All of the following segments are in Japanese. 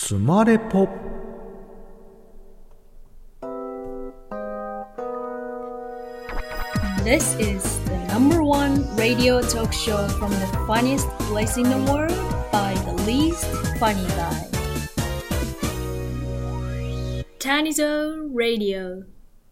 つまれぽ。 This is the number one radio talk show from the funniest place in the world by the least funny guy. Tanizo Radio.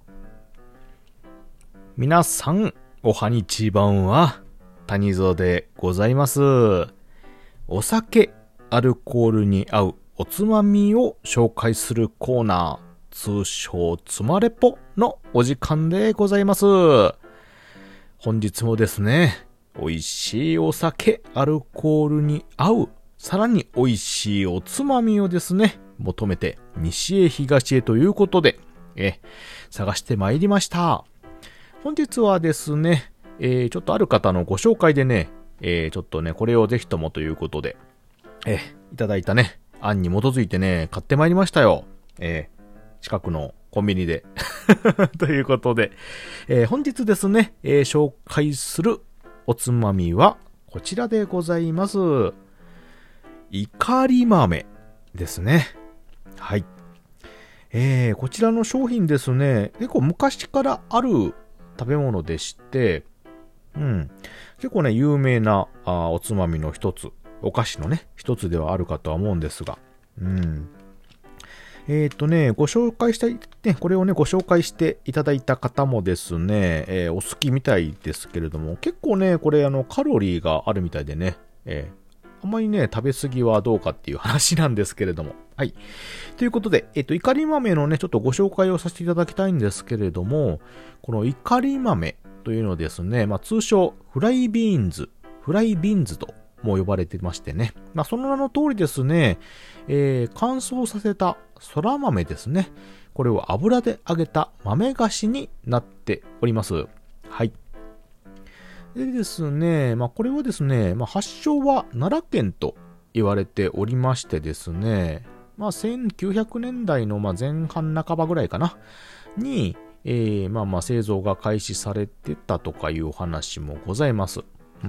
皆さん、おはにちばんは、谷蔵でございます。お酒、アルコールに合うおつまみを紹介するコーナー、通称つまれぽのお時間でございます。本日もですね、美味しいお酒、アルコールに合う、さらに美味しいおつまみをですね、求めて西へ東へということで、探してまいりました。本日はですね、ちょっとある方のご紹介でね、ちょっとね、これをぜひともということで、いただいたね、案に基づいてね、買ってまいりましたよ。近くのコンビニで。ということで、本日ですね、紹介するおつまみはこちらでございます。いかり豆ですね。はい。こちらの商品ですね、結構昔からある食べ物でして、結構ね、有名なおつまみの一つ、お菓子のね、一つではあるかとは思うんですが、ご紹介したい、ね、これをね、ご紹介していただいた方もですね、お好きみたいですけれども、結構ね、これカロリーがあるみたいでね、あんまりね、食べ過ぎはどうかっていう話なんですけれども。はい。ということで、いかり豆のね、ちょっとご紹介をさせていただきたいんですけれども、このいかり豆というのですね、通称、フライビーンズとも呼ばれてましてね。その名の通りですね、乾燥させたそら豆ですね。これを油で揚げた豆菓子になっております。はい。でですね、これはですね、発祥は奈良県と言われておりましてですね、1900年代の前半半ばぐらいかな、に、製造が開始されてたとかいうお話もございます。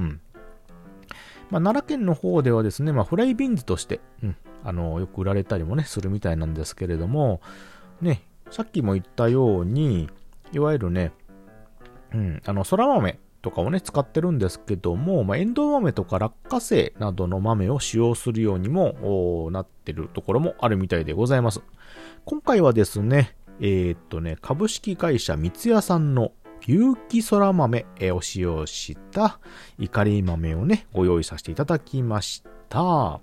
奈良県の方ではですね、フライビーンズとして、よく売られたりもね、するみたいなんですけれども、ね、さっきも言ったように、いわゆるね、そら豆とかをね、使ってるんですけども、エンドウ豆とか落花生などの豆を使用するようにもなってるところもあるみたいでございます。今回はですね、株式会社三ツ矢さんの有機そら豆を使用したいかり豆をね、ご用意させていただきました。はい。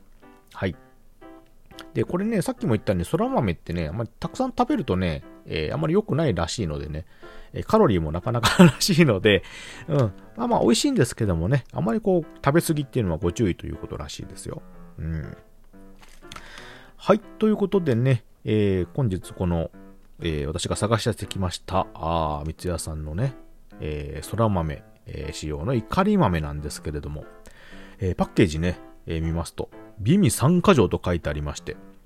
で、これね、さっきも言ったように、そら豆ってね、あんまりたくさん食べるとね、あんまり良くないらしいのでね、カロリーもなかなからしいので、美味しいんですけどもね、あまり食べ過ぎっていうのはご注意ということらしいですよ。はい、ということでね、本日この、私が探し出してきました、三ツ矢さんのね、そら豆、使用のいかり豆なんですけれども、パッケージね、見ますと、美味3か条と書いてありまして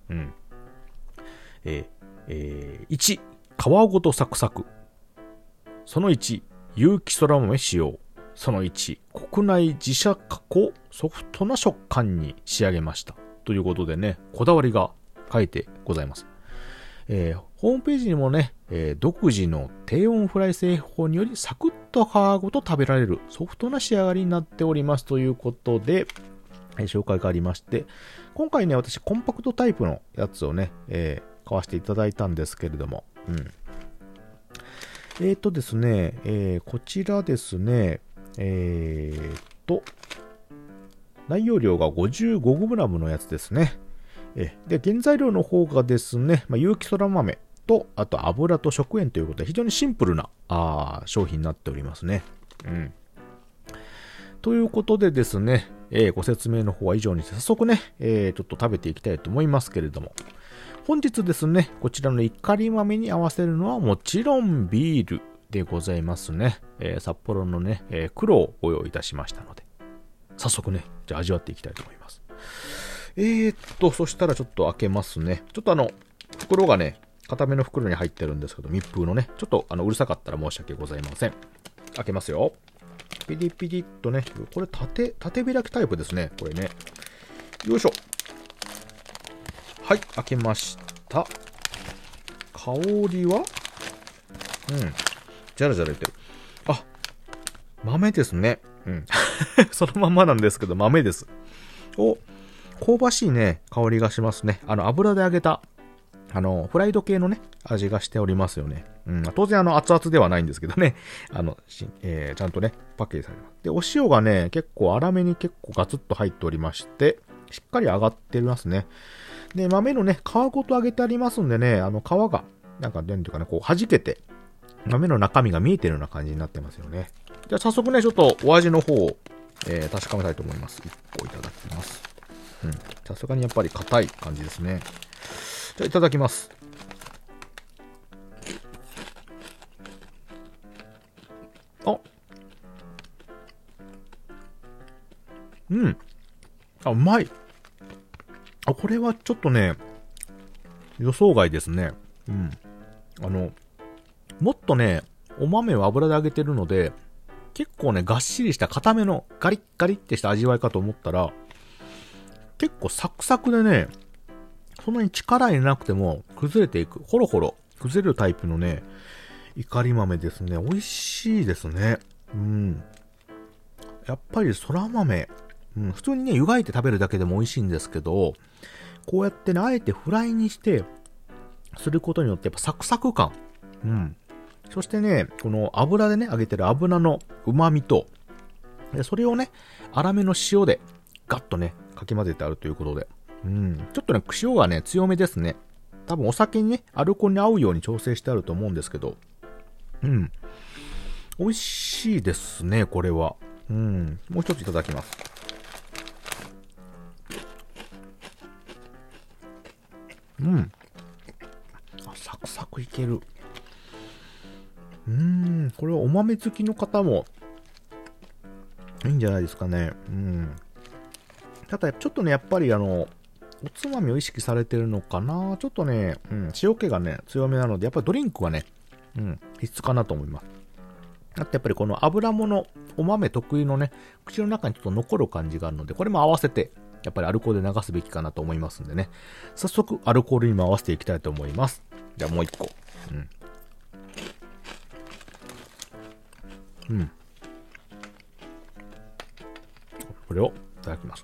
、1、皮ごとサクサク。その1、有機そら豆使用。その1、国内自社加工ソフトな食感に仕上げました。ということでね、こだわりが書いてございます。ホームページにもね、独自の低温フライ製法によりサクッと皮ごと食べられるソフトな仕上がりになっておりますということで、紹介がありまして、今回ね、私コンパクトタイプのやつをね、買わせていただいたんですけれども、ですね、こちらですね、内容量が 55g のやつですね。で、原材料の方がですね、有機そら豆と、あと油と食塩ということで、非常にシンプルな商品になっておりますね。ということでですね、ご説明の方は以上にして早速ね、ちょっと食べていきたいと思いますけれども、本日ですね、こちらのいかり豆に合わせるのはもちろんビールでございますね。札幌のね、黒をご用意いたしましたので、早速ね、じゃあ味わっていきたいと思います。そしたらちょっと開けますね。ちょっと袋がね、固めの袋に入ってるんですけど、密封のね、ちょっとうるさかったら申し訳ございません。開けますよ。ピリピリっとね、これ縦開きタイプですね、これね。よいしょ。 はい、開けました。香りはじゃらじゃら言ってる。あ、豆ですね。そのまんまなんですけど、豆です。香ばしいね、香りがしますね。油で揚げた、フライド系のね、味がしておりますよね。当然熱々ではないんですけどね。ちゃんとね、パッケージされます。で、お塩がね、結構粗めに結構ガツッと入っておりまして、しっかり揚がってますね。で、豆のね、皮ごと揚げてありますんでね、皮が、なんていうかね、こう弾けて、豆の中身が見えてるような感じになってますよね。じゃあ早速ね、ちょっとお味の方を、確かめたいと思います。1個いただきます。さすがにやっぱり硬い感じですね。じゃあいただきます。うまい。これはちょっとね、予想外ですね。もっとね、お豆を油で揚げてるので、結構ね、がっしりした固めのガリッガリってした味わいかと思ったら、結構サクサクでね、そんなに力入れなくても崩れていく、ホロホロ崩れるタイプのね、いかり豆ですね。美味しいですね。やっぱりそら豆、普通にね、湯がいて食べるだけでも美味しいんですけど、こうやってね、あえてフライにして、することによってやっぱサクサク感。そしてね、この油でね、揚げてる油の旨味と、それをね、粗めの塩でガッとね、かき混ぜてあるということで。ちょっとね、塩がね、強めですね。多分お酒にね、アルコールに合うように調整してあると思うんですけど。美味しいですね、これは。もう一ついただきます。サクサクいける。これはお豆好きの方もいいんじゃないですかね。ただちょっとね、やっぱりおつまみを意識されてるのかな。ちょっとね、塩気がね、強めなので、やっぱりドリンクはね、必須かなと思います。だってやっぱりこの油物、お豆特有のね、口の中にちょっと残る感じがあるので、これも合わせて、やっぱりアルコールで流すべきかなと思いますんでね。早速、アルコールにも合わせていきたいと思います。じゃあもう一個。これをいただきます。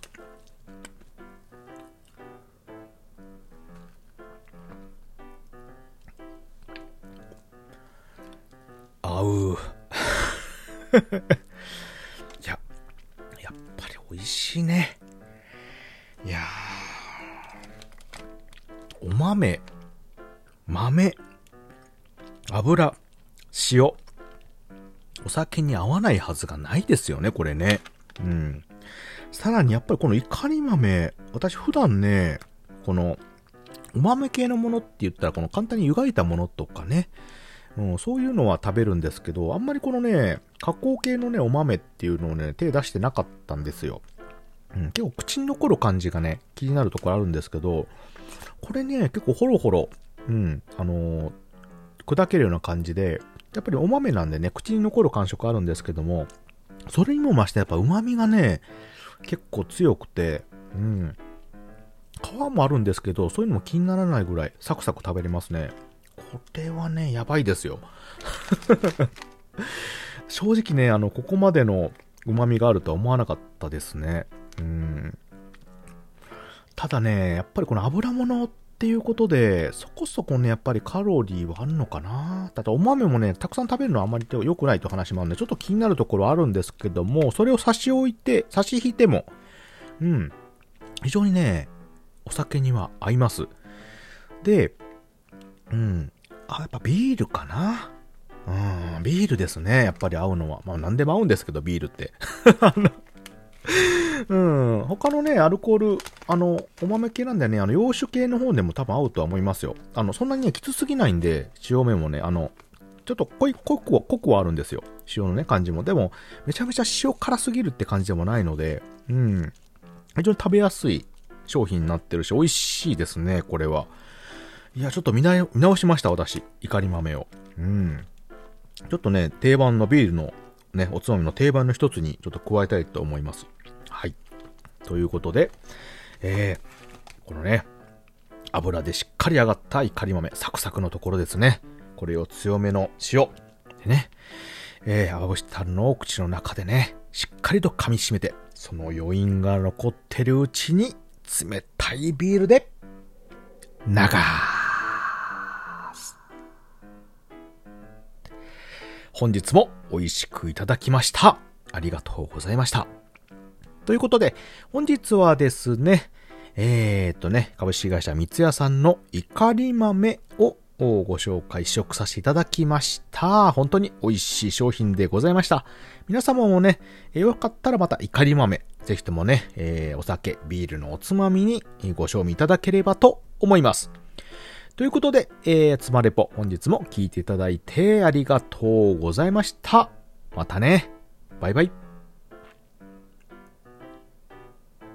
合う。やっぱり美味しいね。いやー、お豆、油、塩、お酒に合わないはずがないですよね、これね。さらにやっぱりこのいかり豆、私普段ね、このお豆系のものって言ったらこの簡単に湯がいたものとかね、そういうのは食べるんですけど、あんまりこのね、加工系のね、お豆っていうのをね、手出してなかったんですよ。結構口に残る感じがね、気になるところあるんですけど、これね、結構ホロホロ、砕けるような感じで、やっぱりお豆なんでね、口に残る感触あるんですけども、それにも増してやっぱ旨味がね、結構強くて、皮もあるんですけど、そういうのも気にならないぐらいサクサク食べれますね。これはね、やばいですよ。正直ね、ここまでの旨味があるとは思わなかったですね。ただね、やっぱりこの油物っていうことで、そこそこね、やっぱりカロリーはあるのかな。ただお豆もね、たくさん食べるのはあまり良くないと話もあるんで、ちょっと気になるところあるんですけども、それを差し引いても、非常にね、お酒には合います。で、やっぱビールかな。ビールですね。やっぱり合うのは。まあ何でも合うんですけど、ビールって。他のね、アルコール、お豆系なんでね、洋酒系の方でも多分合うとは思いますよ。そんなにね、きつすぎないんで、塩目もね、ちょっと濃くはあるんですよ。塩のね、感じも。でも、めちゃめちゃ塩辛すぎるって感じでもないので、非常に食べやすい商品になってるし、美味しいですね、これは。いや、ちょっと見直しました、私。いかり豆を。ちょっとね、定番のビールのね、おつまみの定番の一つにちょっと加えたいと思います。はい。ということで、このね、 油でしっかり揚がったいかり豆、サクサクのところですね。これを強めの塩でね、泡干しタルの口の中でね、しっかりと噛み締めて、その余韻が残ってるうちに、冷たいビールで、流す。本日も美味しくいただきました。ありがとうございました。ということで、本日はですね、株式会社三ツ矢さんのいかり豆をご紹介試食させていただきました。本当に美味しい商品でございました。皆様もね、よかったらまたいかり豆、ぜひともね、お酒、ビールのおつまみにご賞味いただければと思います。ということで、つまレポ、本日も聞いていただいてありがとうございました。またね。バイバイ。